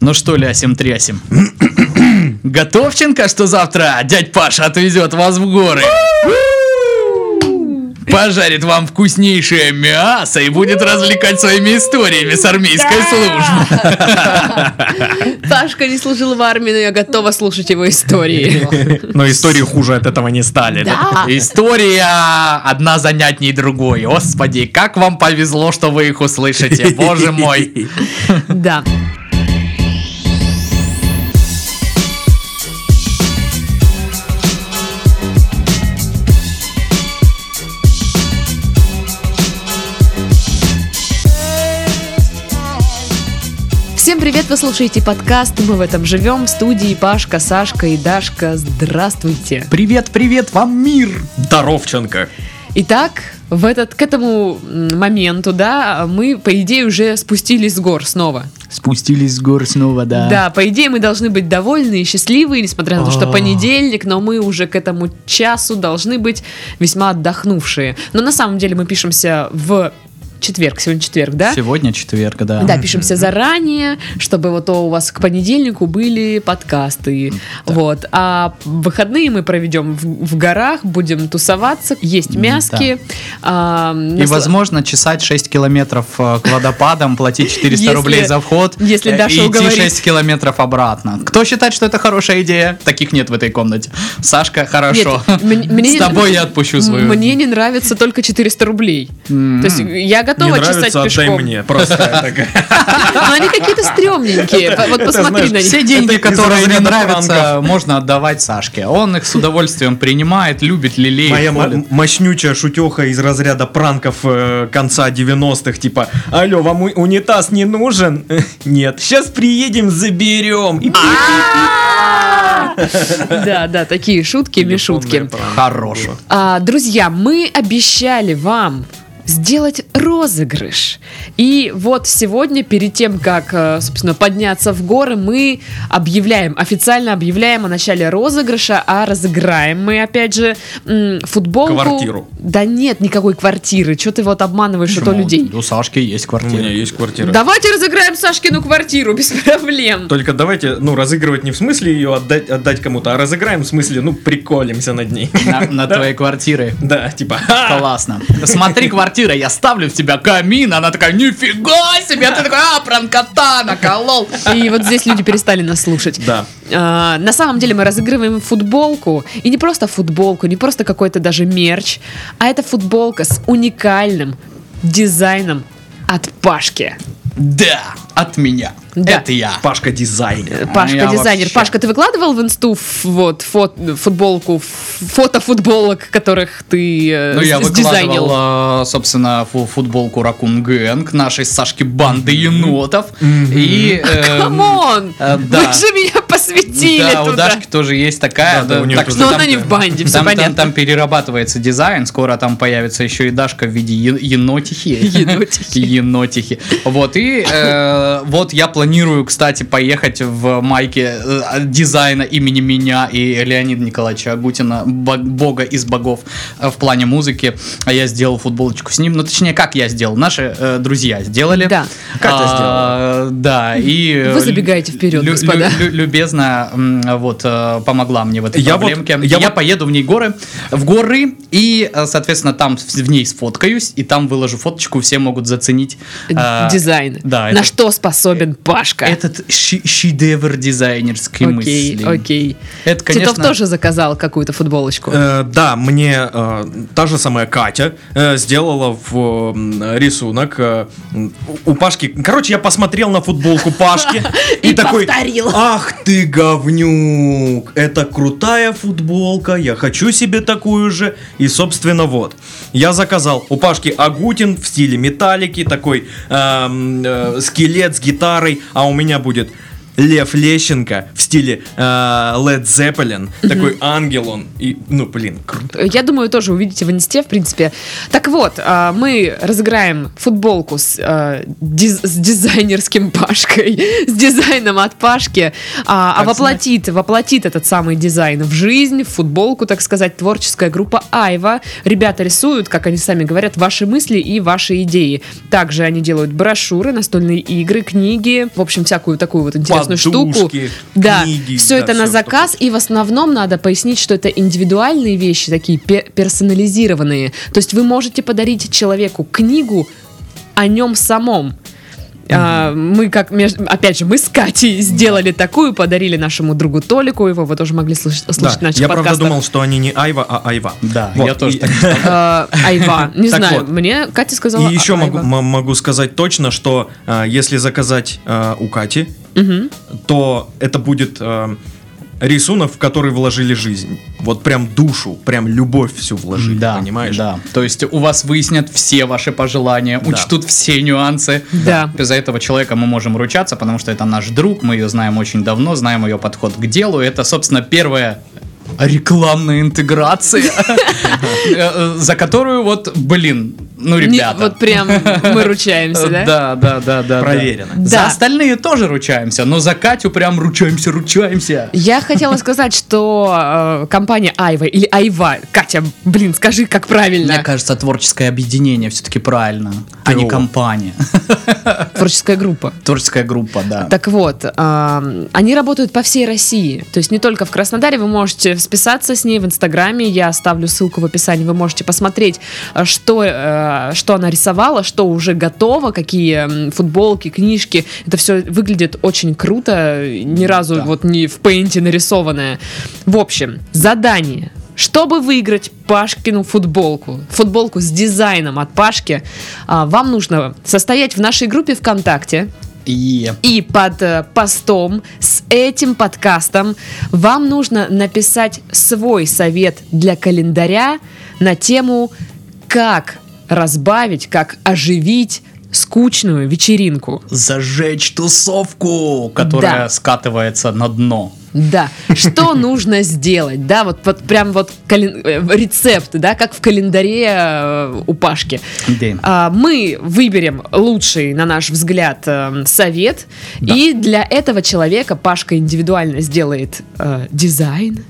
Ну что, лясим-трясим. Готовченко, что завтра дядь Паша отвезет вас в горы. Пожарит вам вкуснейшее мясо и будет развлекать своими историями с армейской службы. Пашка не служил в армии, но я готова слушать его истории. Но истории хуже от этого не стали. Да. История одна занятней другой. Господи, как вам повезло, что вы их услышите. Боже мой. Да. Всем привет, вы слушаете подкаст «Мы в этом живем», в студии Пашка, Сашка и Дашка. Здравствуйте. Привет вам, мир. Здоровченко. Итак, к этому моменту, да, мы, по идее, уже спустились с гор снова. Спустились с гор снова, да. Да, по идее, мы должны быть довольны и счастливы, несмотря на то, что понедельник, но мы уже к этому часу должны быть весьма отдохнувшие. Но на самом деле мы пишемся в четверг, сегодня четверг, да? Сегодня четверг, да. Да, пишемся заранее, чтобы вот у вас к понедельнику были подкасты. Да. Вот. А выходные мы проведем в горах, будем тусоваться, есть мяски. Да. И, возможно, чесать 6 километров к водопадам, платить 400 рублей за вход если Даша и идти уговорит. 6 километров обратно. Кто считает, что это хорошая идея? Таких нет в этой комнате. Сашка, хорошо. С тобой я отпущу свою. Мне не нравится только 400 рублей. То есть я готова не чесать нравится, пешком. отдай мне. Просто такая. Но они какие-то стрёмненькие. Вот посмотри на них. Все деньги, которые не нравятся, можно отдавать Сашке. Он их с удовольствием принимает, любит, лелеет. Моя мощнючая шутеха из разряда пранков конца 90-х, типа: алло, вам унитаз не нужен? Нет, сейчас приедем, заберем. Да, такие шутки, мешутки. Хорошо. Друзья, мы обещали вам сделать розыгрыш. И вот сегодня, перед тем, как, собственно, подняться в горы, мы официально объявляем о начале розыгрыша, а разыграем мы, опять же, футболку. Квартиру. Да нет никакой квартиры. Что ты вот обманываешь у людей? У Сашки есть квартира. У меня есть квартира. Давайте разыграем Сашкину квартиру, без проблем. Только давайте, разыгрывать не в смысле ее отдать кому-то, а разыграем в смысле, приколимся над ней. На твоей квартире. Да, типа. Классно. Смотри, квартира, я ставлю в тебя камин. Она такая: нифига себе. Ты такой: пранкота, наколол. И вот здесь люди перестали нас слушать. Да. На самом деле мы разыгрываем футболку. И не просто футболку, не просто какой-то даже мерч, а это футболка с уникальным дизайном от Пашки. Да, от меня. Да. Это я. Пашка дизайнер. Пашка Я дизайнер. вообще. Пашка, ты выкладывал в инсту футболку, фото футболок, которых ты Я сдизайнил? выкладывал, собственно, футболку Raccoon Gang, нашей Сашки банды енотов. И... Камон! да. Вы же меня посвятили Да, у туда. Дашки тоже есть такая. Да, у неё так тоже. что Но там- она не в банде, все понятно. Там перерабатывается дизайн, скоро там появится еще и Дашка в виде енотихи. Енотихи. Вот, и вот я планирую, кстати, поехать в майке дизайна имени меня и Леонида Николаевича Агутина, бога из богов в плане музыки. А я сделал футболочку с ним. Ну, точнее, как я сделал? Наши друзья сделали. Да. Катя сделала. Да, и... Вы забегаете вперед, господа. Любезно помогла мне в этой Я проблемке. вот- Я поеду в горы, и, соответственно, там в ней сфоткаюсь, и там выложу фоточку, все могут заценить Дизайн. да, На это- что способен Пашка? этот шедевр дизайнерской мысли. Окей. Это, Титов конечно... тоже заказал какую-то футболочку. Да, мне та же самая Катя сделала в рисунок у Пашки. Короче, я посмотрел на футболку Пашки И такой: повторил. ах ты говнюк, это крутая футболка, я хочу себе такую же. И, собственно, вот, я заказал у Пашки Агутин в стиле металлики, такой скелет с гитарой, а у меня будет Лев Лещенко в стиле Led Zeppelin, такой ангел он, и, круто. Я думаю, тоже увидите в инсте, в принципе. Так вот, мы разыграем футболку с дизайнерским Пашкой, с дизайном от Пашки, воплотит этот самый дизайн в жизнь, в футболку, так сказать, творческая группа Айва. Ребята рисуют, как они сами говорят, ваши мысли и ваши идеи. Также они делают брошюры, настольные игры, книги, в общем, всякую такую вот интересную интересную штуку. Подушки, Да, книги, все да, это на всё, заказ, что и в основном надо пояснить, что это индивидуальные вещи, такие персонализированные. То есть вы можете подарить человеку книгу о нем самом. Мы опять же, мы с Катей сделали такую, подарили нашему другу Толику, его вы тоже могли слышать Да, в наших я правда подкастах. думал, что они не Айва, а Айва. Да, Вот, я тоже и- так сказал. Айва, не Так знаю, вот. мне Катя сказала И еще Айва. могу сказать точно, что если заказать у Кати, то это будет рисунок, в который вложили жизнь. Вот прям душу, прям любовь всю вложили, Да, понимаешь? да. То есть у вас выяснят все ваши пожелания, учтут все нюансы. Да. За этого человека мы можем ручаться, потому что это наш друг, мы ее знаем очень давно, знаем ее подход к делу. Это, собственно, первая рекламная интеграция, за которую вот, блин, ну, ребята. Вот прям мы ручаемся, да? Да. Проверено. Да. За остальные тоже ручаемся, но за Катю прям ручаемся. Я хотела сказать, что компания Айва или Айва, Катя, блин, скажи, как правильно. Мне кажется, творческое объединение все-таки правильно, а не О. компания. Творческая группа. Творческая группа, да. Так вот, они работают по всей России. То есть не только в Краснодаре, вы можете списаться с ней в Инстаграме, я оставлю ссылку в описании, вы можете посмотреть, что она рисовала, что уже готово, какие футболки, книжки. Это все выглядит очень круто, ни разу Да. вот не в пейнте нарисованное. В общем, задание. Чтобы выиграть Пашкину футболку с дизайном от Пашки, вам нужно состоять в нашей группе ВКонтакте. И под постом с этим подкастом вам нужно написать свой совет для календаря на тему «Как разбавить, как оживить скучную вечеринку». Зажечь тусовку, которая Да. скатывается на дно. Да, что нужно сделать, да, вот прям вот рецепт, да, как в календаре у Пашки. Мы выберем лучший, на наш взгляд, совет, Да. и для этого человека Пашка индивидуально сделает дизайн.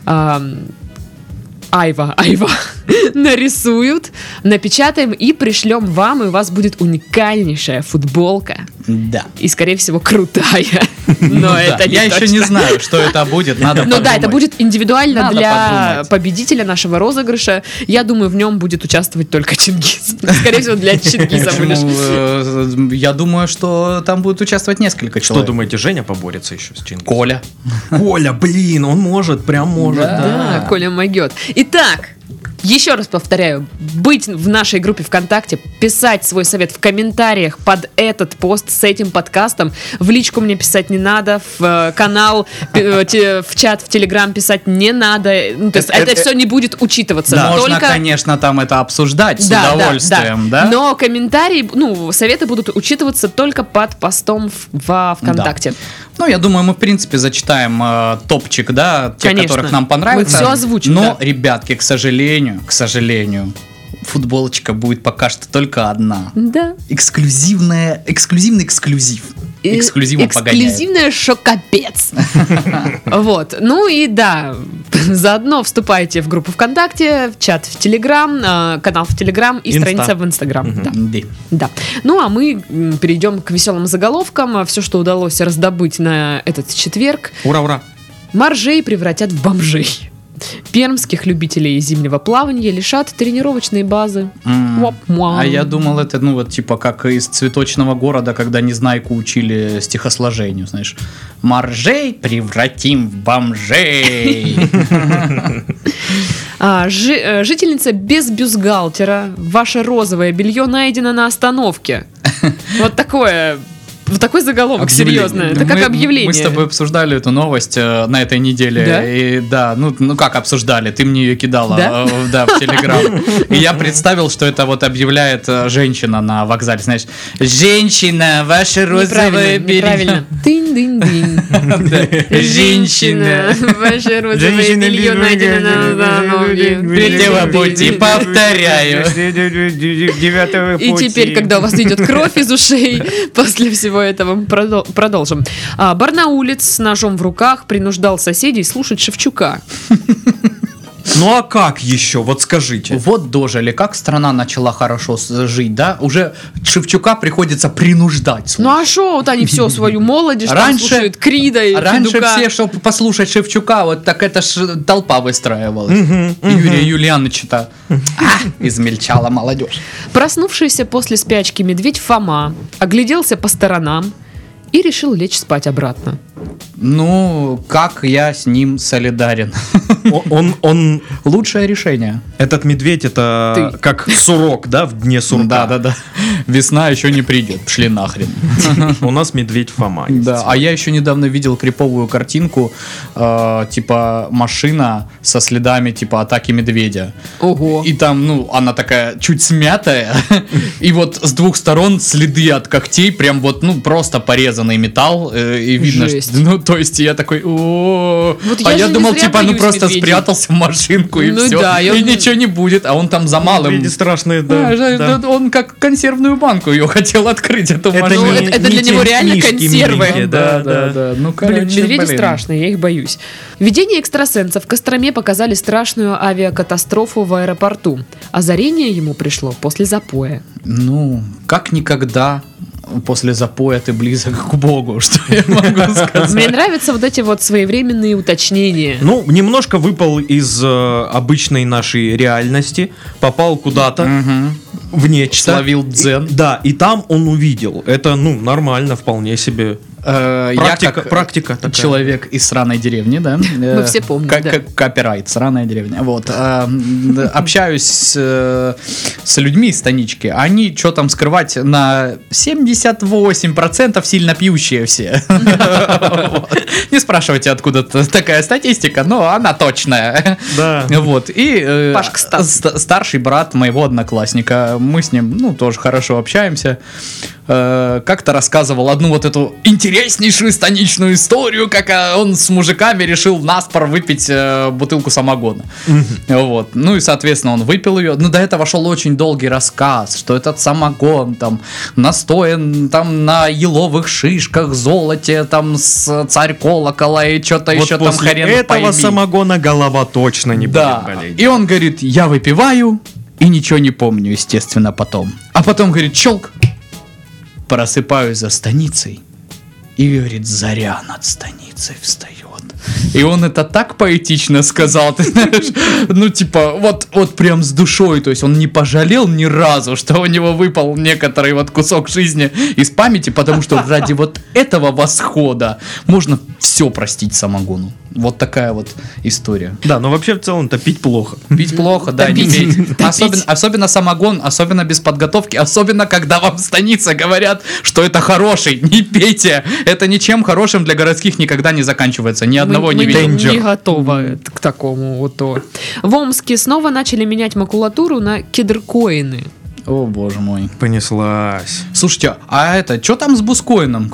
Айва нарисуют, напечатаем и пришлем вам, и у вас будет уникальнейшая футболка. Да. И, скорее всего, крутая. Но Да, это я еще не знаю, что это будет, надо Ну да, это подумать. будет индивидуально Надо для подумать. победителя нашего розыгрыша. Я думаю, в нем будет участвовать только Чингис. Скорее всего, для Чингиса будешь. Почему? Я думаю, что там будет участвовать несколько Что человек. думаете, Женя поборется еще с Чингисом? Коля. Коля, блин, он может, прям может. Да, Коля могет. Итак, еще раз повторяю, быть в нашей группе ВКонтакте, писать свой совет в комментариях под этот пост с этим подкастом. В личку мне писать не надо, в канал, в чат, в Телеграм писать не надо. Ну, то есть это все не будет учитываться. Можно, Только... конечно, там это обсуждать с Да, удовольствием, да? Но комментарии, советы будут учитываться только под постом во ВКонтакте. Ну, я думаю, мы, в принципе, зачитаем топчик, да, тех, Конечно. которых нам понравится. Мы всё озвучим, Но, да. ребятки, к сожалению, футболочка будет пока что только одна. Да. Эксклюзивный эксклюзив. Эксклюзивом погоняет. Эксклюзивная шокопец. Вот. Ну и да, заодно вступайте в группу ВКонтакте, в чат в Телеграм, канал в Телеграм и Инста. страница в Инстаграм. Да. Да. Да. Ну а мы перейдем к веселым заголовкам. Все, что удалось раздобыть на этот четверг. Ура, ура. Моржей превратят в бомжей. Пермских любителей зимнего плавания лишат тренировочной базы. А я думал, это, типа, как из «Цветочного города», когда Незнайку учили стихосложению, знаешь. Моржей превратим в бомжей. Жительница без бюстгальтера. Ваше розовое белье найдено на остановке. Вот такой заголовок, серьезно. Это как объявление. Мы с тобой обсуждали эту новость на этой неделе. Да? И да, ну как обсуждали? Ты мне ее кидала Да? в Телеграм. И я представил, что это вот объявляет женщина на вокзале, знаешь. Женщина, ваше розовое белье. Неправильно. Тынь-дынь-дынь. Женщина. Ваше розовое белье найдено на остановке. Третьего пути, повторяю. И теперь, когда у вас идет кровь из ушей, после всего этого мы продолжим. Барнаулец с ножом в руках принуждал соседей слушать Шевчука. Ну а как еще? Вот скажите. Вот дожили, как страна начала хорошо жить, да? Уже Шевчука приходится принуждать. Ну а что, вот они все свою молодежь там слушают Крида и Раньше Федука. все, чтобы послушать Шевчука, вот так это ж толпа выстраивалась. Юрия Юлиановича-то измельчала молодежь. Проснувшийся после спячки медведь Фома огляделся по сторонам и решил лечь спать обратно. Ну, как я с ним солидарен. Он Лучшее решение. этот медведь, это Ты. как сурок, да, в дне сурка. Да. Весна еще не придет. Пшли нахрен. У нас медведь Фома есть. Да, а я еще недавно видел криповую картинку, типа машина со следами типа атаки медведя. Ого. И там, ну, она такая чуть смятая, и вот с двух сторон следы от когтей, прям вот, ну, просто порезанный металл, и видно, Жесть. что, ну, то есть я такой, о, Вот а я я же не думал, зря типа, ну, боюсь просто медведей. спрятался в машинку, и Ну все, да, и и он- ничего не будет, а он там за малым. Медведи страшные, Да, да. он как консервную банку ее хотел открыть, эту Это машину. Ну, не- это для не него те реально мишки консервы. миленькие, да. Ну, Блин, короче, медведи блин. страшные, я их боюсь. Видение экстрасенсов в Костроме показали страшную авиакатастрофу в аэропорту. Озарение ему пришло после запоя. Ну, как никогда после запоя ты близок к Богу, что я могу сказать. Мне нравятся вот эти вот своевременные уточнения. Ну, немножко выпал из обычной нашей реальности, попал куда-то в нечто. Словил дзен. Да, и там он увидел. Это, ну, нормально, вполне себе. Я как практика такая. человек из сраной деревни, да? Мы все помним, да. Копирайт, сраная деревня. Вот. Общаюсь с людьми из станички. Они, что там скрывать, на 78% сильно пьющие все. Вот. Не спрашивайте, откуда такая статистика, но она точная. Да. Вот. И Пашка Стас. старший брат моего одноклассника, мы с ним, ну, тоже хорошо общаемся, как-то рассказывал одну вот эту интереснейшую станичную историю, как он с мужиками решил наспор выпить бутылку самогона. Вот. Ну и, соответственно, он выпил ее. Ну, до этого шел очень долгий рассказ, что этот самогон там настоен там на еловых шишках, золоте, там с царь колокола и что-то Вот еще там после хрен этого пойми. самогона голова точно не Да. будет болеть. И он говорит, я выпиваю и ничего не помню, естественно, потом. А потом, говорит, щелк, просыпаюсь за станицей. И, говорит, заря над станицей встает. И он это так поэтично сказал, ты знаешь, ну, типа, вот прям с душой, то есть он не пожалел ни разу, что у него выпал некоторый вот кусок жизни из памяти, потому что ради вот этого восхода можно все простить самогону. Вот такая вот история. Да, но вообще в целом-то пить плохо. Пить плохо, да, не Топить. пейте. Особенно самогон, особенно без подготовки, особенно когда вам в станице говорят, что это хороший, не пейте. Это ничем хорошим для городских никогда не заканчивается, ни одного не мы видел. не готовы к такому вот то. В Омске снова начали менять макулатуру на кедркоины. О, боже мой. Понеслась. Слушайте, а это, что там с бускоином?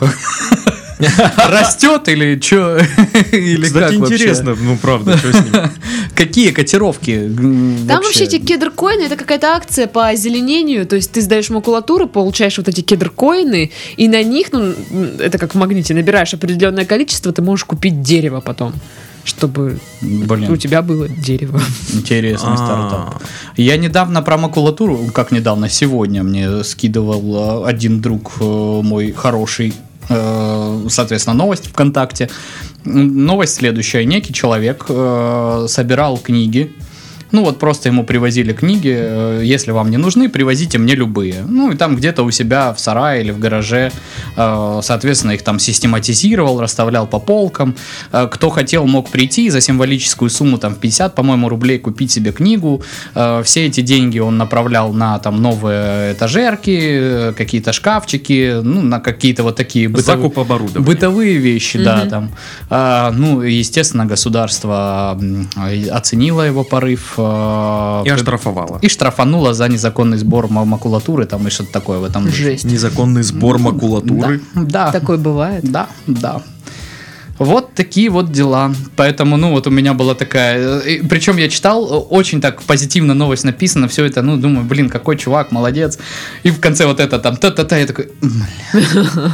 Растет или что? Или Кстати, как вообще? интересно, ну правда, что с ним. Какие котировки? Там вообще эти кедркоины, это какая-то акция по озеленению, то есть ты сдаешь макулатуру, получаешь вот эти кедркоины, и на них, ну, это как в магните, набираешь определенное количество, ты можешь купить дерево потом, чтобы Блин. у тебя было дерево. Интересный стартап. Я недавно про макулатуру, как недавно, сегодня мне скидывал один друг мой хороший, соответственно, новость ВКонтакте. Новость следующая. Некий человек собирал книги. Ну вот просто ему привозили книги, если вам не нужны, привозите мне любые. Ну и там где-то у себя в сарае или в гараже, соответственно, их там систематизировал, расставлял по полкам. Кто хотел, мог прийти за символическую сумму, там в 50, по-моему, рублей купить себе книгу. Все эти деньги он направлял на там новые этажерки, какие-то шкафчики, ну на какие-то вот такие Закуп оборудования. бытовые вещи, да, там. Ну, естественно, государство оценило его порыв, И оштрафовала. и штрафануло за незаконный сбор макулатуры, там и что-то такое в этом духе. Жесть. Незаконный сбор макулатуры. Да, Такое бывает. да. Вот такие вот дела. Поэтому, ну, вот у меня была такая... Причем я читал, очень так позитивно новость написана, все это, ну, думаю, блин, какой чувак, молодец. И в конце вот это там, та-та-та, я такой...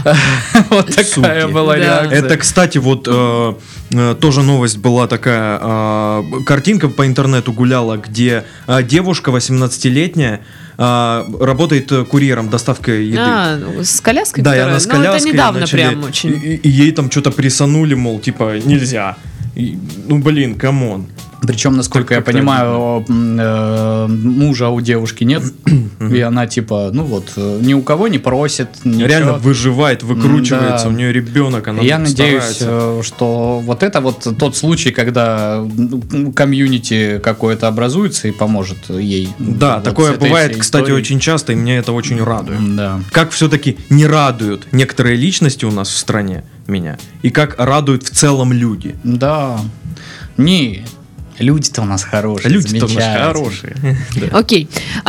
Вот такая Суки. была Да. реакция. Это, кстати, вот тоже новость была такая, картинка по интернету гуляла, где девушка 18-летняя работает курьером, доставкой еды. С коляской? Да, и которая? она с Ну, это коляской недавно начали- прям очень. И ей там что-то присанули, мол, типа, нельзя. Ну, блин, камон. Причем, насколько я Как-то понимаю, мужа у девушки нет, и она типа, ну вот, ни у кого не просит, ничего. Реально выживает, выкручивается, Да. у нее ребенок, она Я надеюсь, старается. что вот это вот тот случай, когда комьюнити какое-то образуется и поможет ей. Да, вот такое с этой бывает, всей кстати, историей. очень часто, и меня это очень радует. Да. Как все-таки не радуют некоторые личности у нас в стране меня, и как радуют в целом люди. Да. Не, люди-то у нас хорошие, Люди-то у нас замечательные. хорошие. Да. Окей.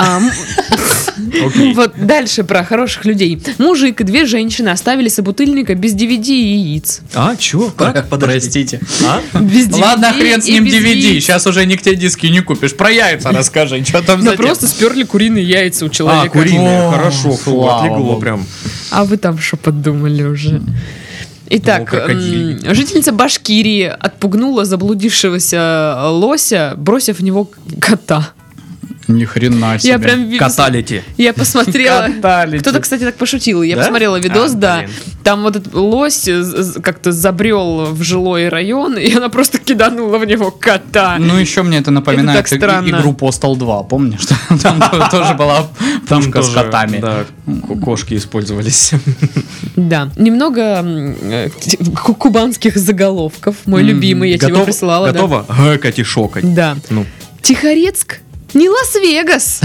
Вот дальше про хороших людей. Мужик и 2 женщины оставили собутыльника без DVD и яиц. А, чё? Как? Простите. А? Без DVD Ладно, хрен с и ним без DVD. яиц. Сейчас уже нигде диски не купишь. Про яйца расскажи, что там Да за просто сперли куриные яйца у А, человека. куриные, О, хорошо, фу, слава отлегло богу. прям. А вы там что подумали уже? Итак, Ну, крокодильник. жительница Башкирии отпугнула заблудившегося лося, бросив в него кота. Ни хрена себе. Я прям Каталити. Я посмотрела. Каталити. Кто-то, кстати, так пошутил. Я Да? посмотрела видос, А, да. блин. Там вот этот лось как-то забрел в жилой район, и она просто киданула в него кота. Ну, еще мне это напоминает так странно. игру Postal 2, помнишь? Там тоже была Там пушка с тоже, котами. Да, кошки использовались. Да. Немного кубанских заголовков. Мой любимый, я тебе присылала. да. Готова? Гэкать и шокать. Да. Ну. Тихорецк не Лас-Вегас.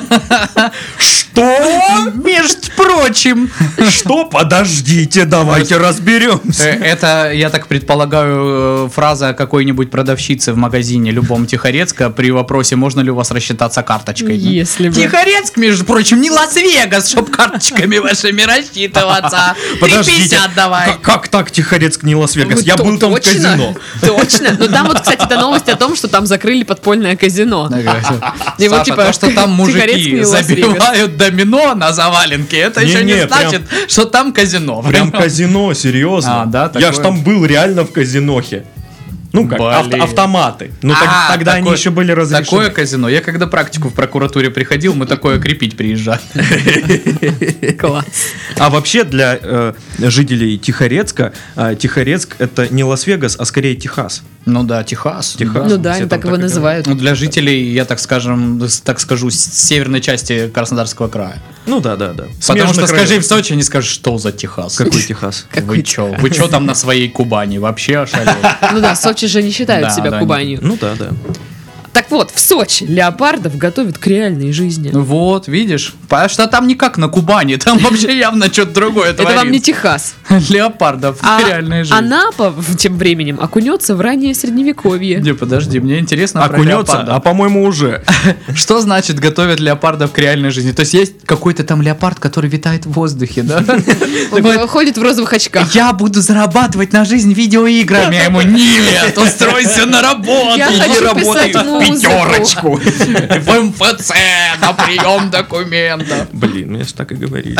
Что? Между прочим. Что? Подождите, давайте разберемся. Это, я так предполагаю, фраза какой-нибудь продавщицы в магазине любом Тихорецка при вопросе, можно ли у вас рассчитаться карточкой. Если бы. Тихорецк, между прочим, не Лас-Вегас, чтоб карточками вашими рассчитываться. 3,50 давай. Как так Тихорецк не Лас-Вегас? Я был там в Точно? казино. Точно. Ну там вот, кстати, это новость о том, что там закрыли подпольное казино. И вот, Саша, типа, то, что там Тихорецк мужики не Лас-Вегас. забивают домино на заваленке, это еще не Не-не, прям- значит, что там казино. Прям казино, серьезно. А, да, Я такое? ж там был реально в казинохе. Ну как, Блин. автоматы. Ну А, тогда они такое- еще были разрешены. Такое казино. Я когда практику в прокуратуре приходил, мы такое крепить приезжали. Класс. А вообще для жителей Тихорецка, Тихорецк это не Лас-Вегас, а скорее Техас. Ну да, Техас. Техас. Ну да, все они там так его и называют. Ну, для жителей, я так скажу, северной части Краснодарского края. Ну да. Потому что скажи в Сочи, они скажут, что за Техас. Какой Техас? Вы чё? Вы чё там на своей Кубани? Вообще ошалели? Ну да, Сочи же не считают Да, себя да, Кубанью. Ну да. Так вот, в Сочи леопардов готовят к реальной жизни. Вот, видишь? Потому что там не как на Кубани, там вообще явно что-то другое Это вам не творится. Техас. Леопардов, А реальная жизнь. Анапа тем временем окунется в раннее средневековье. Не, подожди, мне интересно про Окунется, леопардов. а по-моему уже. Что значит готовят леопардов к реальной жизни? То есть есть какой-то там леопард, который витает в воздухе, да? Ходит в розовых очках. Я буду зарабатывать на жизнь видеоиграми. Я ему, нет, устройся на работу. Я иди хочу работай писать в музыку. пятерочку. В МФЦ на прием документов. Блин, мне же так и говорили.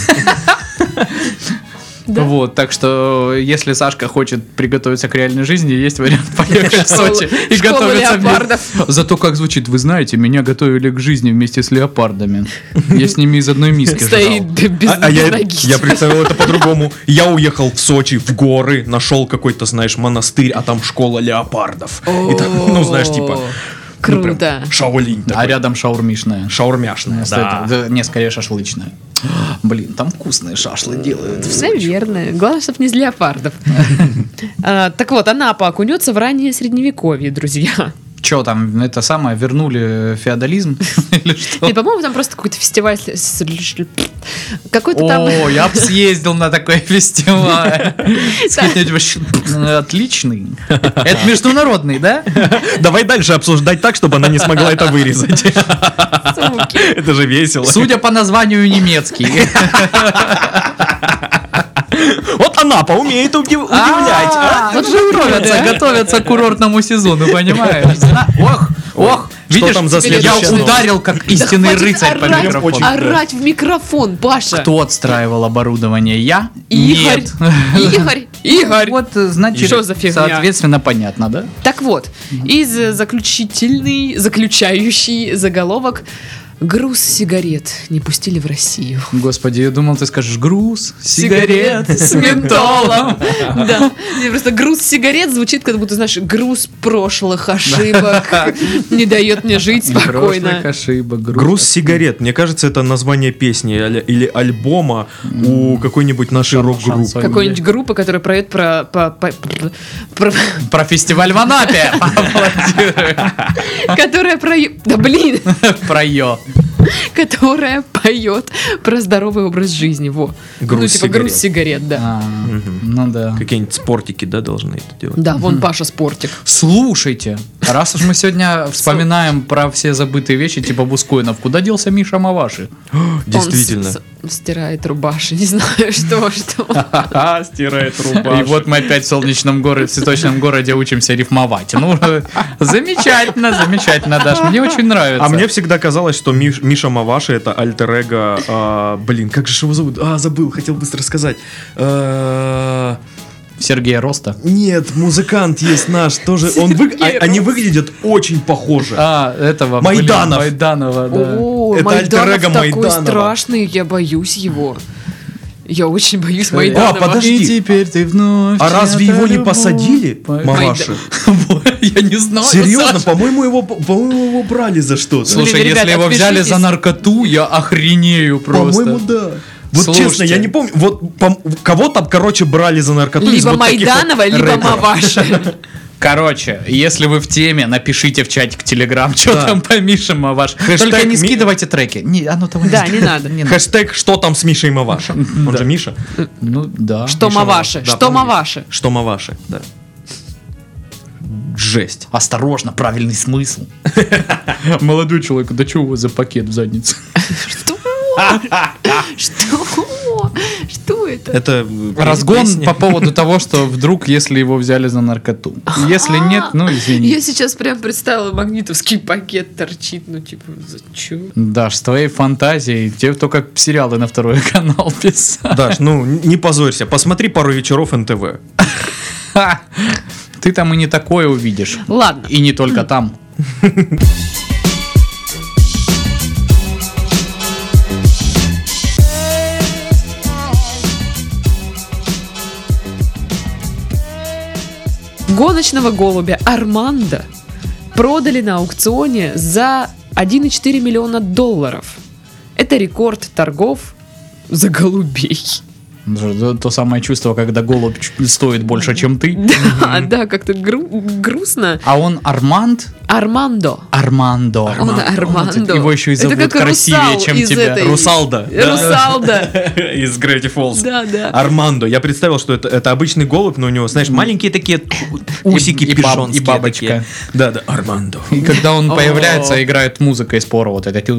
Да. Вот, так что, если Сашка хочет приготовиться к реальной жизни, есть вариант поехать в Сочи и Школа готовиться леопардов. вместе. Зато как звучит, вы знаете, меня готовили к жизни вместе с леопардами. Я с ними из одной миски Стоит жрал. без А я ноги. представил это по-другому. Я уехал в Сочи, в горы, нашел какой-то, знаешь, монастырь, а там школа леопардов. И там, ну, знаешь, типа... ну, прям Круто. Шаолинь А такой. рядом шаурмишная. Шаурмяшная, да. Не, скорее шашлычная. Блин, там вкусные шашлы делают. Наверное. Главное, чтобы не из леопардов. Так вот, Анапа окунется в раннее средневековье, друзья. Че там, это самое, вернули феодализм? Или что? И, по-моему, там просто какой-то фестиваль. Какой-то там. О, я бы съездил на такой фестиваль. Сказать, вообще, отличный. Это международный, да? Давай дальше обсуждать так, чтобы она не смогла это вырезать. Суки. Это же весело. Судя по названию, немецкий. Вот Анапа умеет удивлять. а? Вот же уроды, а. Готовятся к курортному сезону, понимаешь? Ох, Видишь, там за я следующая новость? ударил как истинный хватит рыцарь по орать, микрофону. орать в микрофон, Паша. Кто отстраивал оборудование? Я? Игорь. Нет. Игорь. Вот, значит, Что за фигня? соответственно, понятно, да? Так вот, заключающий заголовок: груз сигарет не пустили в Россию. Господи, я думал, ты скажешь груз сигарет с ментолом. Да, мне просто груз сигарет звучит, как будто, знаешь, груз прошлых ошибок не дает мне жить спокойно. Прошлых ошибок. Груз сигарет. Мне кажется, это название песни или альбома у какой-нибудь нашей рок-группы. Шансон. Какой-нибудь группа, которая поет про Про фестиваль в Анапе. которая про... Да блин! Про ё. Которая поет про здоровый образ жизни. Во. Груз типа груз сигарет, да. А, Ну да. Какие-нибудь спортики, да, должны это делать? Да, вон Паша спортик. Слушайте, раз уж мы сегодня вспоминаем про все забытые вещи, типа Бускоинов, куда делся Миша Маваши? Действительно. Он стирает рубаши, не знаю, что. Стирает И вот мы опять в солнечном городе, в цветочном городе учимся рифмовать. Ну, замечательно, замечательно, Даш, мне очень нравится. А мне всегда казалось, что Миша Маваши это альтер-эго. Блин, как же его зовут? Забыл, хотел быстро сказать. Сергея Роста. Нет, музыкант есть наш, тоже. Они выглядят очень похоже. Этого. Майданов. Майданова, да. О, Это Майданов альтер-эго такой Майданова. страшный, я боюсь его. Я очень боюсь А, Майданова. подожди. И теперь ты вновь. А разве его не чья-то посадили, любовь? Маваши? Я не знаю. Серьезно, Саша. по-моему, его брали за что-то. Слушай, Блин, если ребят, его взяли за отпишитесь. наркоту, я охренею просто. По-моему, да. Вот Слушайте. честно, я не помню. Вот кого там, короче, брали за наркоту из Либо вот таких вот Майданова, либо рэперов. Маваши. Короче, если вы в теме, напишите в чатик Телеграм, что Да. там по Мише Маваш. Хэштег Только не ми- скидывайте треки. Оно того Да, не надо. Хэштег «Что там с Мишей Маваши?» Он же Миша. Ну да. Что Миша Маваши? Да, Что по-моему, Маваши? Что Маваши, да. Жесть. Осторожно, правильный смысл. Молодой человек, да что у вас за пакет в заднице? Что? Что? Что это? Это Разгон песня. по поводу того, что вдруг, если его взяли за наркоту. Если нет, ну извини. Я сейчас прям представила, магнитовский пакет торчит, ну типа, зачем? Даш, с твоей фантазией, тебе только сериалы на второй канал писать. Даш, ну не позорься, посмотри пару вечеров НТВ. Ха! Ты там и не такое увидишь. Ладно. И не только там. Гоночного голубя Армандо продали на аукционе за 1,4 миллиона долларов. Это рекорд торгов за голубей. То самое чувство, когда голубь стоит больше, чем ты. Да, как-то грустно. А он Армандо. Армандо. Он Армандо. Его еще и Это зовут как красивее, русал чем из тебя. этой- Русалда. Русалда. Из Gravity Falls. Да. Армандо. Я представил, что это обычный голубь, но у него, знаешь, маленькие такие усики и пижонские. бабочка. такие. Да, Армандо. И когда он появляется, играет музыка из Пора, вот это.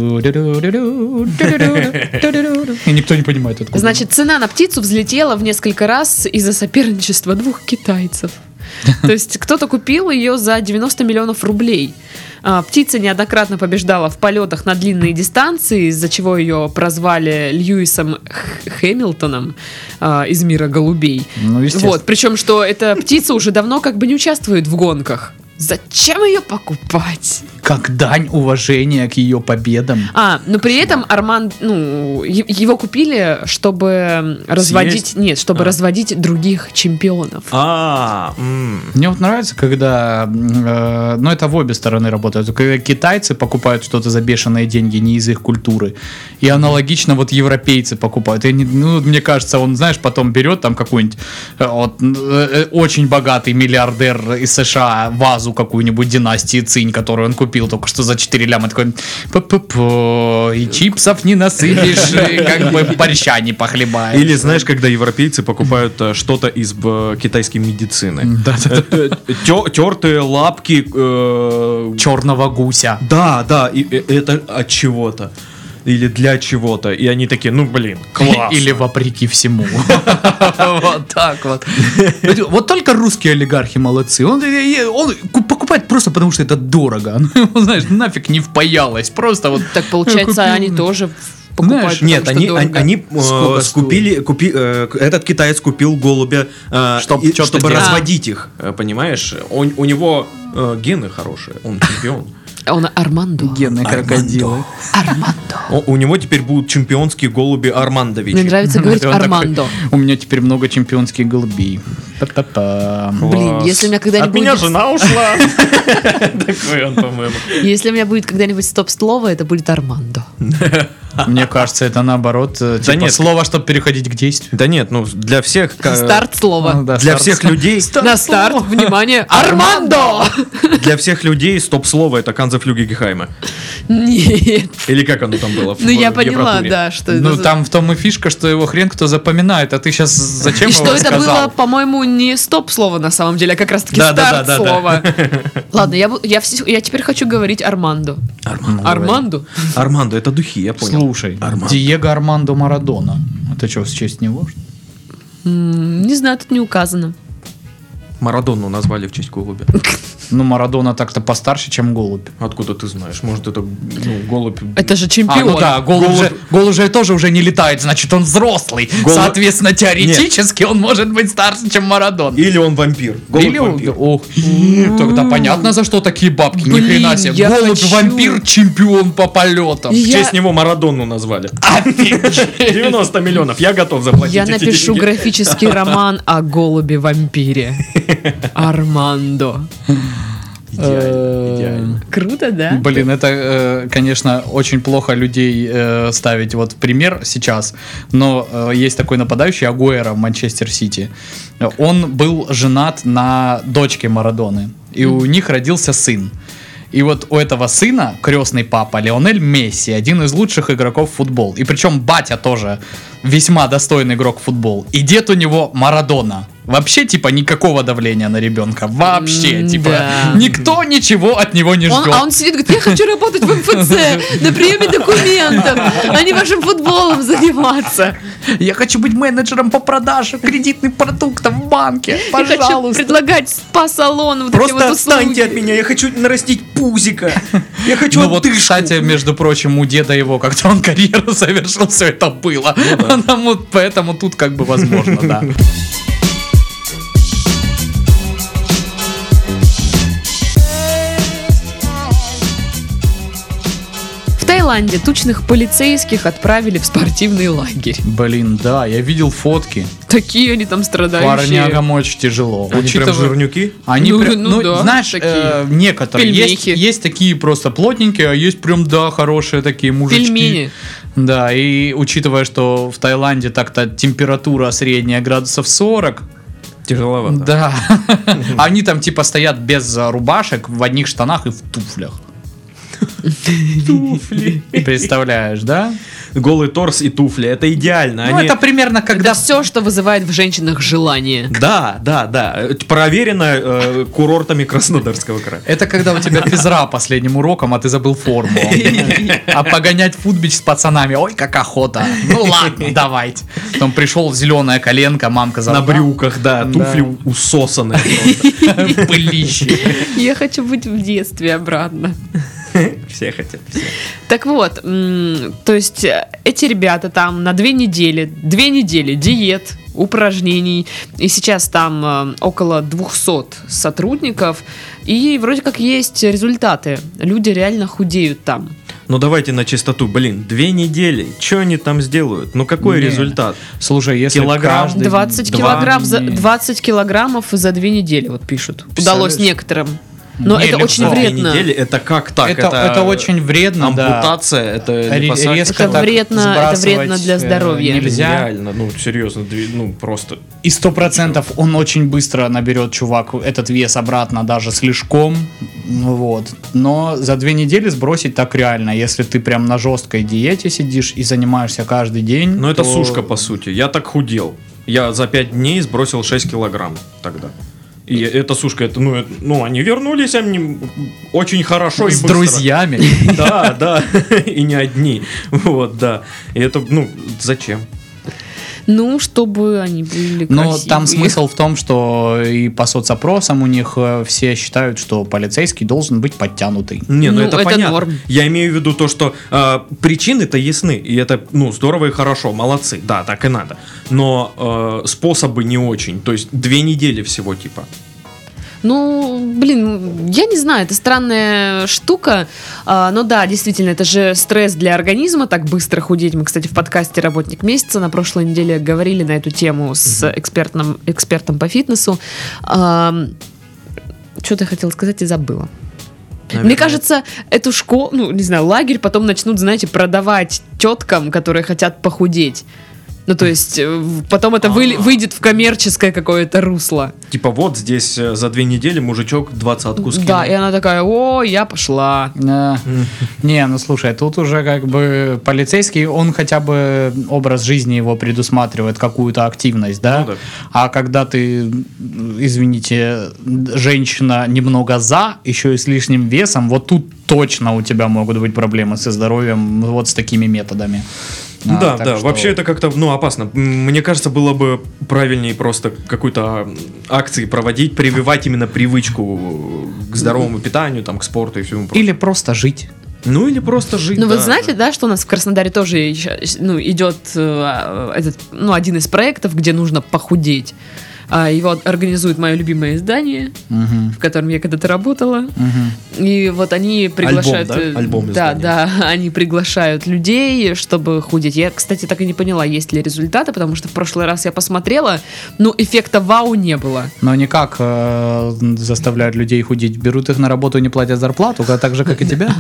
И никто не понимает, откуда. Значит, цена на птицу взлетела в несколько раз из-за соперничества двух китайцев. То есть кто-то купил ее за 90 миллионов рублей. Птица неоднократно побеждала в полетах на длинные дистанции, из-за чего ее прозвали Льюисом Хэмилтоном из мира голубей. Ну, естественно. Вот, причем, что эта птица уже давно как бы не участвует в гонках. Зачем ее покупать? Как дань уважения к ее победам. Но при этом Арман, его купили, чтобы разводить, разводить других чемпионов. Мне вот нравится, когда, ну это в обе стороны работает, когда китайцы покупают что-то за бешеные деньги, не из их культуры, и аналогично вот европейцы покупают. И, мне кажется, он, знаешь, потом берет там какой-нибудь очень богатый миллиардер из США вазу какую-нибудь династии Цинь, которую он купил только что за 4 ляма, такой и чипсов не насыпешь, и как бы борща не похлебаешь. Или знаешь, когда европейцы покупают что-то из китайской медицины. Тертые лапки черного гуся. Да, и это от чего-то. Или для чего-то. И они такие, класс. Или вопреки всему. Вот так вот. Вот только русские олигархи молодцы. Он покупает просто потому что это дорого. Ну, знаешь, нафиг не впаялось. Просто вот... Так получается, купил. они тоже покупают, Знаешь, Нет, потому что дорого. они Сколько этот китаец купил голубя, Чтоб что-то чтобы делать. разводить их, понимаешь? У него гены хорошие, он чемпион. Он Армандо. Генные крокодилы. Армандо. У него теперь будут чемпионские голуби Армандовичи. Мне нравится говорить И он такой, Армандо. у меня теперь много чемпионских голубей. Па-па-па. Блин, если у меня когда-нибудь От меня будет- жена ушла. Такой он, по-моему. Если у меня будет когда-нибудь стоп-слово, это будет Армандо. Мне кажется, это наоборот, типа нет. слово, чтобы переходить к действию. Да нет, ну для всех... Старт слова. Ну да, Для старт. всех людей... На старт, внимание, Армандо! Для всех людей стоп-слово это Канзефлюги Гехайма. Нет. Или как оно там было? Ну я поняла, да, что Ну это. там в том и фишка, что его хрен кто запоминает, а ты сейчас зачем И его что это сказал? было, по-моему, не стоп-слово на самом деле, а как раз-таки Да, да, старт да, да, слова. Ладно, я теперь хочу говорить Армандо. Армандо? Армандо, это духи, я понял. Слушай, Армандо. Диего Армандо Марадона. Это что, в честь него? Не знаю, тут не указано. Марадону назвали в честь голубя. Ну, Марадона так-то постарше, чем голубь. Откуда ты знаешь? Может, это голубь... Это же чемпион. ну да, голубь же тоже уже не летает, значит, он взрослый. Соответственно, теоретически он может быть старше, чем Марадон. Или он вампир. Или Голубь-вампир. ох, тогда понятно, за что такие бабки. Ни Блин, хрена себе. я Голубь-вампир, чемпион по полетам. В Я- честь него Марадону назвали. 90 миллионов. Я готов заплатить Я эти напишу деньги. графический роман о голубе-вампире. Армандо. Идеально. Круто, да? Блин, это, конечно, очень плохо людей ставить вот пример сейчас, но есть такой нападающий Агуэро в Манчестер Сити. Он был женат на дочке Марадоны, и у них родился сын. И вот у этого сына крестный папа Лионель Месси, один из лучших игроков в футбол. И причем батя тоже весьма достойный игрок в футбол. И дед у него Марадона. Вообще, типа, никакого давления на ребенка. Вообще, типа, да. никто ничего от него не ждет. Он сидит, говорит, я хочу работать в МФЦ на приеме документов, а не вашим футболом заниматься. Я хочу быть менеджером по продаже кредитных продуктов в банке. Я хочу Пожалуйста. предлагать спа-салон, вот такие Просто вот услуги. отстаньте от меня, я хочу нарастить пузика. Я хочу Ну вот, отдышку. кстати, между прочим, у деда его, когда он карьеру совершил, все это было. Поэтому тут как бы возможно, да. В Таиланде тучных полицейских отправили в спортивный лагерь. Блин, да, я видел фотки. Такие они там страдающие. Парням очень тяжело. Они прям жирнюки. Они Ну, прям, ну ну, да, знаешь, такие. некоторые Пельмехи. есть такие просто плотненькие, а есть прям, да, хорошие такие мужички. Пельмени. Да, и учитывая, что в Таиланде так-то температура средняя градусов 40, Тяжеловато. да, они там типа стоят без рубашек, в одних штанах и в туфлях. Туфли. Представляешь, да? Голый торс и туфли. Это идеально. Ну, Они- это примерно когда... Это все, что вызывает в женщинах желание. Да, да, да. Проверено курортами Краснодарского края. Это когда у тебя физра последним уроком, а ты забыл форму. А погонять футбич с пацанами, ой, как охота. Ну ладно, давайте. Потом пришел зеленая коленка, мамка На забрала. брюках, да. Да. Туфли усосанные. Пылище. Я хочу быть в детстве обратно. Все хотят. все. Так вот, то есть эти ребята там на 2 недели диет, упражнений, и сейчас там около 200 сотрудников, и вроде как есть результаты. Люди реально худеют там. Ну давайте на чистоту. Блин, 2 недели. Что они там сделают? Ну какой Не. результат? Слушай, если Килограмм. каждый 20 килограммов за 2 недели, вот пишут. Удалось Представляешь? некоторым. Но Не, это легко. очень За 2 вредно. недели это как так? Это очень вредно, да. Ампутация, это Ре- липосакция. резко Это так вредно сбрасывать, для здоровья. нельзя. Реально, ну серьезно, ну просто. И 100% он очень быстро наберет, чувак, этот вес обратно даже с лишком. Вот. Но за 2 недели сбросить так реально. Если ты прям на жесткой диете сидишь и занимаешься каждый день. Ну это то- сушка по сути. Я так худел. Я за 5 дней сбросил 6 килограмм тогда. И эта сушка, это, ну, они вернулись, они очень хорошо и С быстро. друзьями. Да, да, и не одни. Вот, да. И это, ну, зачем? Ну, чтобы они были Но красивые. там смысл в том, что и по соцопросам у них все считают, что полицейский должен быть подтянутый. Не, ну это понятно. норм. Я имею в виду то, что причины-то ясны, и это, ну, здорово и хорошо, молодцы, да, так и надо. Но способы не очень, то есть 2 недели всего, типа. Ну, блин, я не знаю, это странная штука, но да, действительно, это же стресс для организма, так быстро худеть. Мы, кстати, в подкасте «Работник месяца» на прошлой неделе говорили на эту тему с экспертом по фитнесу. Что-то я хотела сказать и забыла. Наверное. Мне кажется, эту школу, ну, не знаю, лагерь потом начнут, знаете, продавать теткам, которые хотят похудеть. Ну, то есть, потом это выйдет в коммерческое какое-то русло. Типа вот здесь за 2 недели мужичок 20-ку скинул. Да, и она такая: о, я пошла. Не, ну слушай, тут уже как бы полицейский, он хотя бы образ жизни его предусматривает, какую-то активность, да? Ну да. А когда ты, извините, женщина немного за, еще и с лишним весом, вот тут точно у тебя могут быть проблемы со здоровьем вот с такими методами. Да, так да, что- вообще это как-то, ну, опасно. Мне кажется, было бы правильнее просто какую-то акции проводить, прививать именно привычку к здоровому питанию, там, к спорту и всему прочему. Или просто жить. Ну, или просто жить, Ну, да, вы знаете, да, что у нас в Краснодаре тоже идет один из проектов, где нужно похудеть. Его организует мое любимое издание, Мгм. в котором я когда-то работала. Мгм. И вот они приглашают... да? Альбом Да, издания. да, они приглашают людей, чтобы худеть. Я, кстати, так и не поняла, есть ли результаты, потому что в прошлый раз я посмотрела, но эффекта вау не было. Но они как заставляют людей худеть? Берут их на работу и не платят зарплату, так же, как и тебя?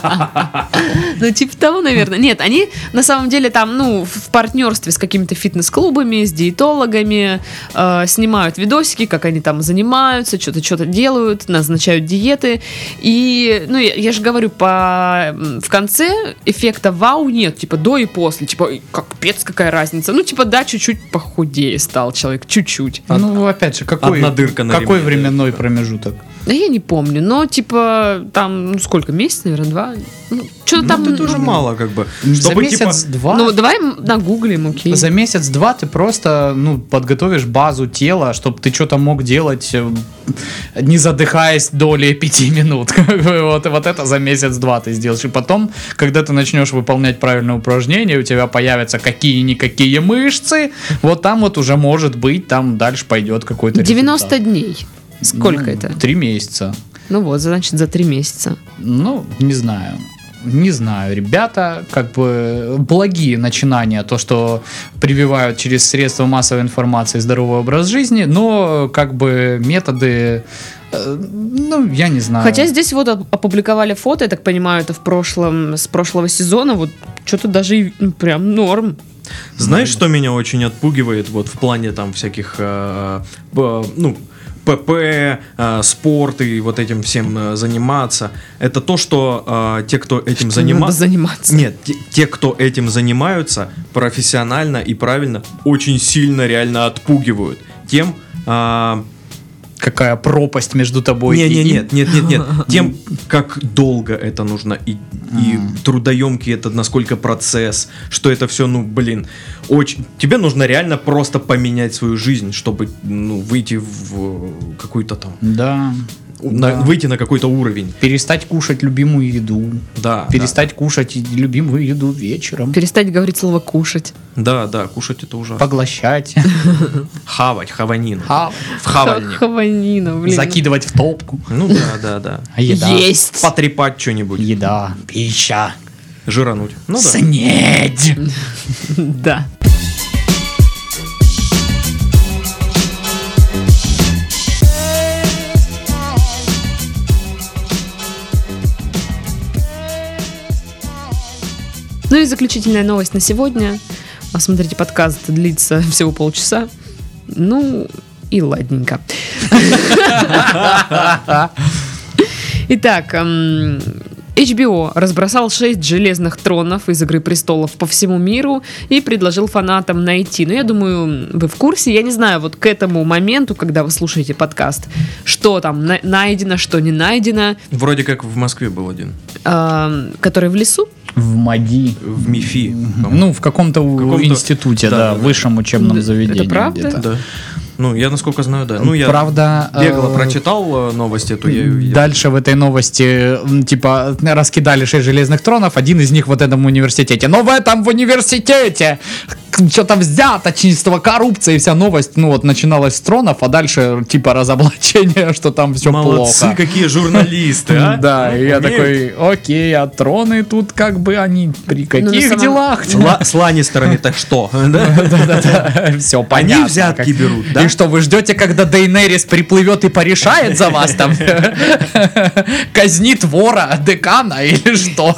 Ну, типа того, наверное. Нет, они на самом деле там, ну, в партнерстве с какими-то фитнес-клубами, с диетологами, снимают видосики, как они там занимаются, что-то делают, назначают диеты. И, ну, я же говорю, в конце эффекта вау нет, типа до и после, типа, капец, какая разница. Ну, типа, да, чуть-чуть похудее стал человек, чуть-чуть. Ну, опять же, какой Одна дырка на какой ремне, временной да. промежуток? Да я не помню, но, типа, там, ну, сколько, месяц, наверное, 2? Ну, что-то Ну, там... это тоже мало, как бы. За Чтобы, типа, месяц-два? Ну, давай нагуглим, окей. За месяц-два ты просто, ну, подготовишь базу тела, чтобы ты что-то мог делать, не задыхаясь долей 5 минут. Как бы вот это за месяц-два ты сделаешь. И потом, когда ты начнешь выполнять правильные упражнения, у тебя появятся какие-никакие мышцы, вот там вот уже, может быть, там дальше пойдет какой-то 90 результат. дней. Сколько это? 3 месяца. Ну вот, значит, за 3 месяца. Ну, не знаю. Не знаю, ребята, как бы благие начинания, то, что прививают через средства массовой информации здоровый образ жизни, но как бы методы, ну, я не знаю. Хотя здесь вот опубликовали фото, я так понимаю, это с прошлого сезона, вот что-то даже прям норм. Знаешь, что меня очень отпугивает вот в плане там всяких, ну, ПП, спорт и вот этим всем заниматься? Это то, что те, кто этим Надо заниматься. Нет, те, кто этим занимаются профессионально и правильно, очень сильно реально отпугивают тем... Какая пропасть между тобой и Нет. Тем, как долго это нужно и трудоемкий это насколько процесс, что это все, ну, блин, очень. Тебе нужно реально просто поменять свою жизнь, чтобы, ну, выйти в какую-то там, Да. выйти на какой-то уровень. Перестать кушать любимую еду. Да. Перестать кушать любимую еду вечером. Перестать говорить слово «кушать». Да, кушать это ужасно. Поглощать. Хавать, хаванину. Хавать. В хавальник. Хаванина, блин. Закидывать в топку. Ну да. Еда. Есть. Потрепать что-нибудь. Еда. Пища. Жирануть. Ну да. Снедь. Да. Ну и заключительная новость на сегодня. Смотрите, подкаст длится всего полчаса. Ну и ладненько. Итак, HBO разбросал 6 железных тронов из «Игры престолов» по всему миру и предложил фанатам найти. Но я думаю, вы в курсе. Я не знаю, вот к этому моменту, когда вы слушаете подкаст, что там найдено, что не найдено. Вроде как в Москве был один. Который в лесу? В МАДИ. В МИФИ. Ну, в каком-то институте, да, высшем учебном заведении. Это правда? где-то. Да. Ну, я насколько знаю, да. Ну, я Правда, бегло прочитал новость эту, я ее видел. Дальше в этой новости, типа, раскидали 6 железных тронов, один из них в этом университете. Но в этом в университете что-то взяточничество, коррупция и вся новость, ну вот, начиналась с тронов, а дальше, типа, разоблачение, что там все Молодцы, плохо. какие журналисты, а? Да, и я Умеют. такой, окей, а троны тут как бы они при каких на самом- делах? С Ланнистерами-то что? Все понятно. Они взятки берут, да? И что, вы ждете, когда Дейнерис приплывет и порешает за вас там? Казнит вора, декана или что?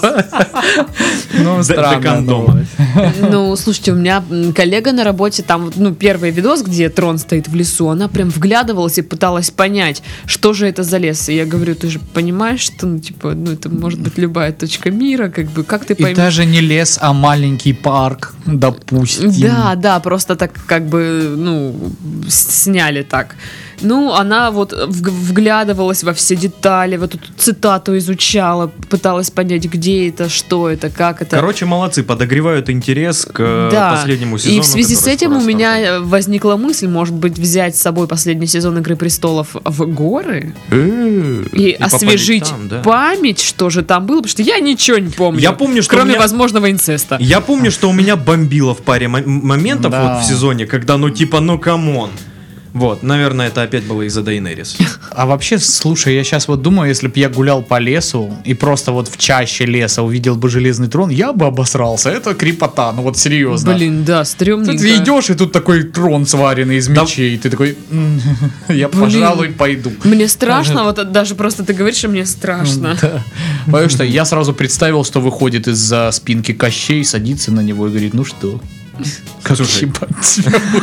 Ну, странно. Декан дома. Ну, слушайте, у меня коллега на работе, там, ну, первый видос, где трон стоит в лесу, она прям вглядывалась и пыталась понять, что же это за лес. И я говорю, ты же понимаешь, что, ну, типа, ну, это может быть любая точка мира, как бы, как ты И поймешь? даже не лес, а маленький парк, допустим. Да, просто так, как бы, ну, сняли так. Ну, она вот вглядывалась во все детали, вот эту цитату изучала, пыталась понять, где это, что это, как это. Короче, молодцы, подогревают интерес к последнему сезону. И в связи с который этим скоро у меня стартует. возникла мысль, может быть, взять с собой последний сезон «Игры престолов» в горы и освежить попалить там, да. память, что же там было, потому что я ничего не помню. Я помню, что кроме у меня- возможного инцеста. Я помню, что у меня бомбило в паре моментов Да. вот в сезоне, когда, ну, типа, ну, камон. Вот, наверное, это опять было из-за Дейнерис. А вообще, слушай, я сейчас вот думаю, если бы я гулял по лесу и просто вот в чаще леса увидел бы железный трон, я бы обосрался. Это крепота, ну вот серьезно. Блин, да, стрёмненько. Ты идешь, и тут такой трон сваренный из мечей. И ты такой, я, пожалуй, пойду. Мне страшно, вот даже просто ты говоришь, и мне страшно. Да. Потому что я сразу представил, что выходит из-за спинки Кощей, садится на него и говорит, ну что? Как Слушай. ебать?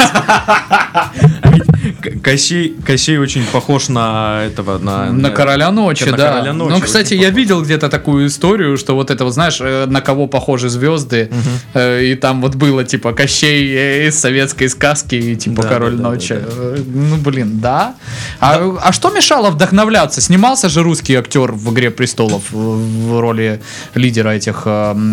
Кощей очень похож на этого, На короля ночи, на да. короля ночи Ну, кстати, очень я похож. видел где-то такую историю, что вот это вот, знаешь, на кого похожи звезды, и там вот было типа Кощей из советской сказки, и типа Да, король да, да, ночи. Ну, блин, да. А что мешало вдохновляться? Снимался же русский актер в «Игре престолов» в роли лидера этих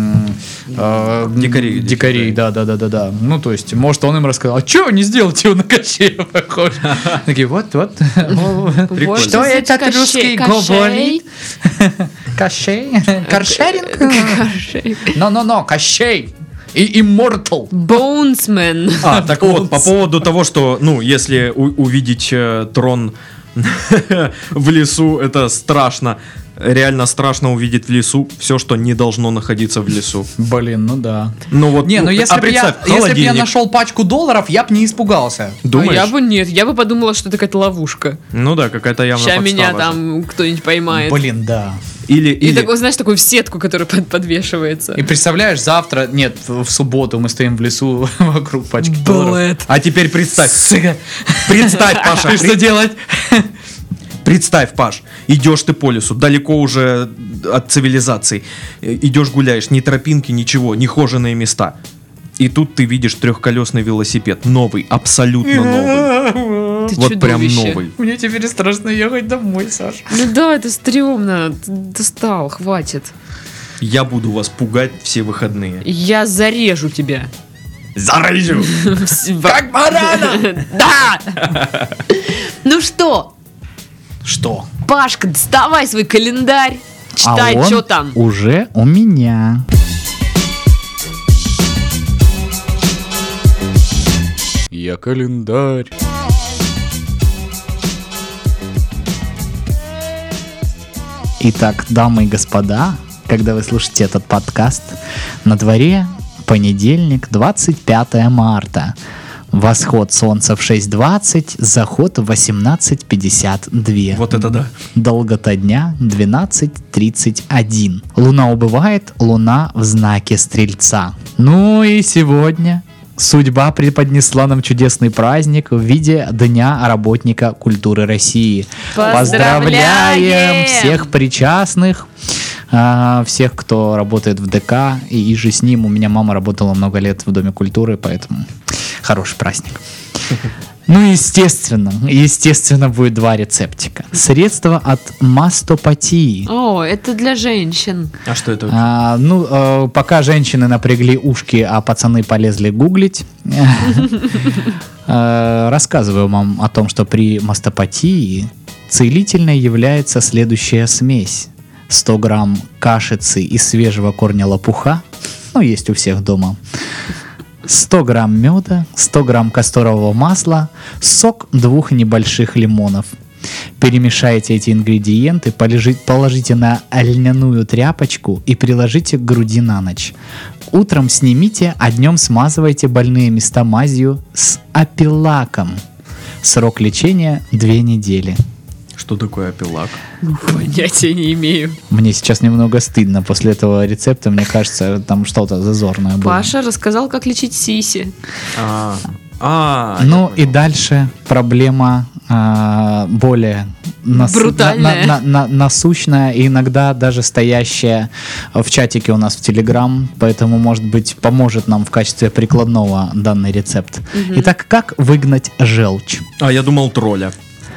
Дикарей, да. Ну, то есть, может, он им рассказал, а что не сделать его на Кощея похож? Такие, вот. Прикольно. Что этот русский говорит? Кощей? Каршеринг? Кощей. Но, Кощей. И Immortal. Боунсмен. Так вот, по поводу того, что, ну, если увидеть трон в лесу, это страшно. Реально страшно увидеть в лесу все, что не должно находиться в лесу. Блин, ну да. Ну вот, Не, ну если бы представь, я холодильник. нашел пачку $, я бы не испугался. Думаешь? Я бы нет, я бы подумала, что это какая-то ловушка. Ну да, какая-то явно Сейчас меня подстава же. там кто-нибудь поймает. Блин, да. И такой, знаешь, такую в сетку, которая подвешивается. И представляешь, завтра, нет, в субботу мы стоим в лесу вокруг пачки $. А теперь представь, Паша, И что делать? Представь, Паш, идешь ты по лесу, далеко уже от цивилизации, идешь гуляешь, ни тропинки, ничего, нехоженные места. И тут ты видишь трехколесный велосипед, новый, абсолютно новый. Ты Вот прям чудовище. новый. Мне теперь страшно ехать домой, Саш. Ну да, это стрёмно. Ты достал, хватит. Я буду вас пугать все выходные. Я зарежу тебя. Зарежу! Как барана! Да! Ну что, Что? Пашка, доставай свой календарь. Читай, он что там. уже у меня. Я календарь. Итак, дамы и господа, когда вы слушаете этот подкаст, на дворе понедельник, 25 марта. Восход солнца в 6:20, заход в 18:52. Вот это да. Долгота дня 12:31. Луна убывает, луна в знаке Стрельца. Ну и сегодня судьба преподнесла нам чудесный праздник в виде Дня работника культуры России. Поздравляем! Всех причастных, всех, кто работает в ДК, и же с ним. У меня мама работала много лет в Доме культуры, поэтому хороший праздник. Ну, естественно, будет 2 рецептика. Средство от мастопатии. О, это для женщин. А что это? Пока женщины напрягли ушки, а пацаны полезли гуглить, рассказываю вам о том, что при мастопатии целительной является следующая смесь. 100 грамм кашицы из свежего корня лопуха, есть у всех дома, 100 грамм меда, 100 грамм касторового масла, сок 2 небольших лимонов. Перемешайте эти ингредиенты, положите на льняную тряпочку и приложите к груди на ночь. Утром снимите, а днем смазывайте больные места мазью с апилаком. Срок лечения 2 недели. Что такое апилак? Понятия не имею. Мне сейчас немного стыдно после этого рецепта. Мне кажется, там что-то зазорное было. Паша рассказал, как лечить сиси. И дальше проблема более брутальная, насущная и иногда даже стоящая в чатике у нас в Телеграм, поэтому, может быть, поможет нам в качестве прикладного данный рецепт. Итак, как выгнать желчь? Я думал, тролля.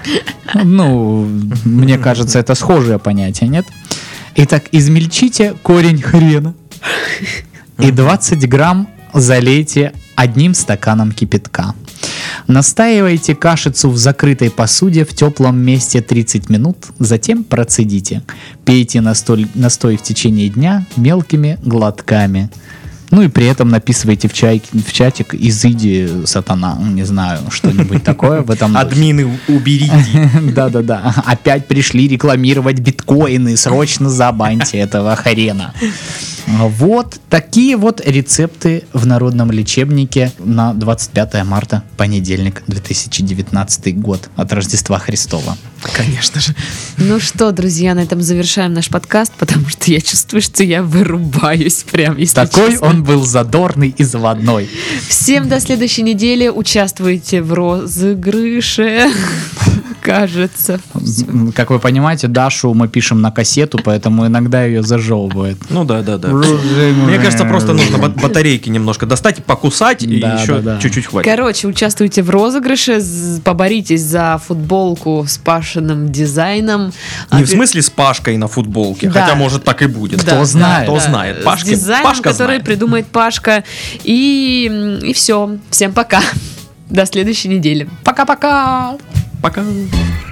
Мне кажется, это схожее понятие, нет? Итак, измельчите корень хрена и 20 грамм залейте 1 стаканом кипятка. Настаивайте кашицу в закрытой посуде в теплом месте 30 минут, затем процедите. Пейте настой в течение дня мелкими глотками. И при этом написывайте в чатик «Изыди, сатана», не знаю, что-нибудь такое в этом. Админы, уберите. Да-да-да. Опять пришли рекламировать биткоины, срочно забаньте этого хрена. Вот такие вот рецепты в народном лечебнике на 25 марта, понедельник, 2019 год, от Рождества Христова. Конечно же. Ну что, друзья, на этом завершаем наш подкаст, потому что я чувствую, что я вырубаюсь прям, если такой честно. Он был задорный и заводной. Всем до следующей недели. Участвуйте в розыгрыше. Кажется. Как вы понимаете, Дашу мы пишем на кассету, поэтому иногда ее зажевывает. Да. Мне кажется, просто нужно батарейки немножко достать, покусать, и еще чуть-чуть хватит. Короче, участвуйте в розыгрыше, поборитесь за футболку с Пашиным дизайном. Не в смысле с Пашкой на футболке, хотя может так и будет. Кто знает. Кто знает. С дизайном, который придумает Пашка. И все. Всем пока. До следующей недели. Пока-пока. Пока.